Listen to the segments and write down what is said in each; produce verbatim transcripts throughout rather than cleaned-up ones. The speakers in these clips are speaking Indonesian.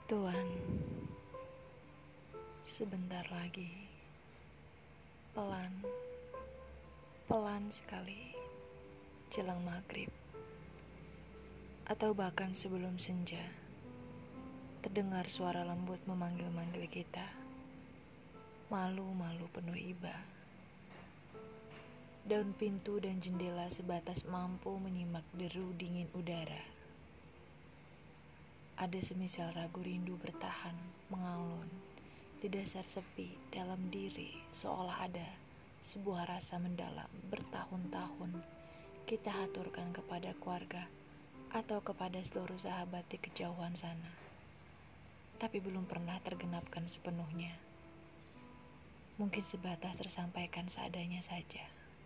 Tuhan, sebentar lagi, pelan, pelan sekali, jelang maghrib, atau bahkan sebelum senja, terdengar suara lembut memanggil-manggil kita, malu-malu penuh iba. Daun pintu dan jendela sebatas mampu menyimak deru dingin udara. Ada semisal ragu rindu bertahan, mengalun di dasar sepi dalam diri, seolah ada sebuah rasa mendalam bertahun-tahun kita haturkan kepada keluarga atau kepada seluruh sahabat di kejauhan sana, tapi belum pernah tergenapkan sepenuhnya. Mungkin sebatas tersampaikan seadanya saja.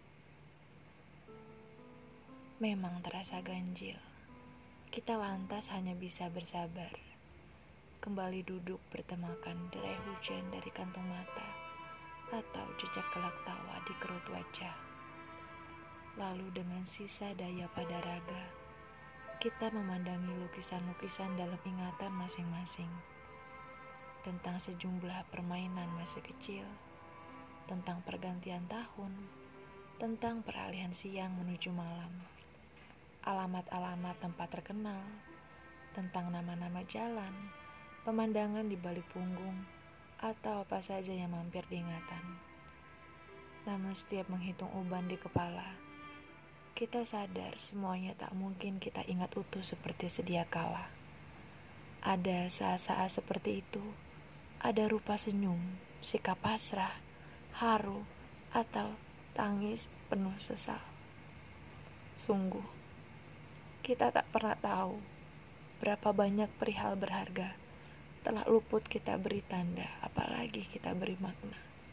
Memang terasa ganjil. Kita lantas hanya bisa bersabar, kembali duduk bertemakan derai hujan dari kantung mata atau jejak gelak tawa di kerut wajah. Lalu dengan sisa daya pada raga, kita memandangi lukisan-lukisan dalam ingatan masing-masing tentang sejumlah permainan masa kecil, tentang pergantian tahun, tentang peralihan siang menuju malam, alamat-alamat tempat terkenal, tentang nama-nama jalan, pemandangan di balik punggung, atau apa saja yang mampir di ingatan. Namun setiap menghitung uban di kepala, kita sadar semuanya tak mungkin kita ingat utuh seperti sedia kala. Ada saat-saat seperti itu, ada rupa senyum, sikap pasrah, haru, atau tangis penuh sesal. Sungguh, kita tak pernah tahu berapa banyak perihal berharga telah luput kita beri tanda, apalagi kita beri makna.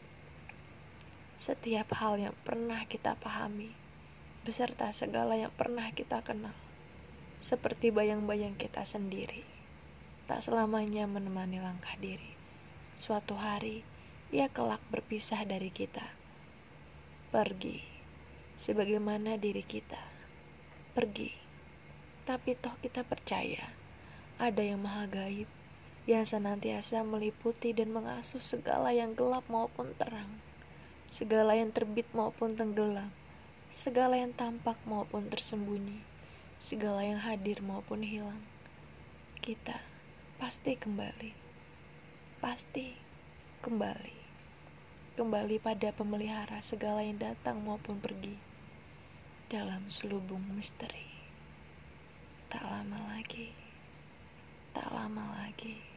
Setiap hal yang pernah kita pahami, beserta segala yang pernah kita kenal, seperti bayang-bayang kita sendiri, tak selamanya menemani langkah diri. Suatu hari, ia kelak berpisah dari kita, pergi, sebagaimana diri kita, pergi. Tapi toh kita percaya, ada yang maha gaib, yang senantiasa meliputi dan mengasuh segala yang gelap maupun terang, segala yang terbit maupun tenggelam, segala yang tampak maupun tersembunyi, segala yang hadir maupun hilang. Kita pasti kembali, pasti kembali, kembali pada pemelihara segala yang datang maupun pergi, dalam selubung misteri. Tak lama lagi, tak lama lagi.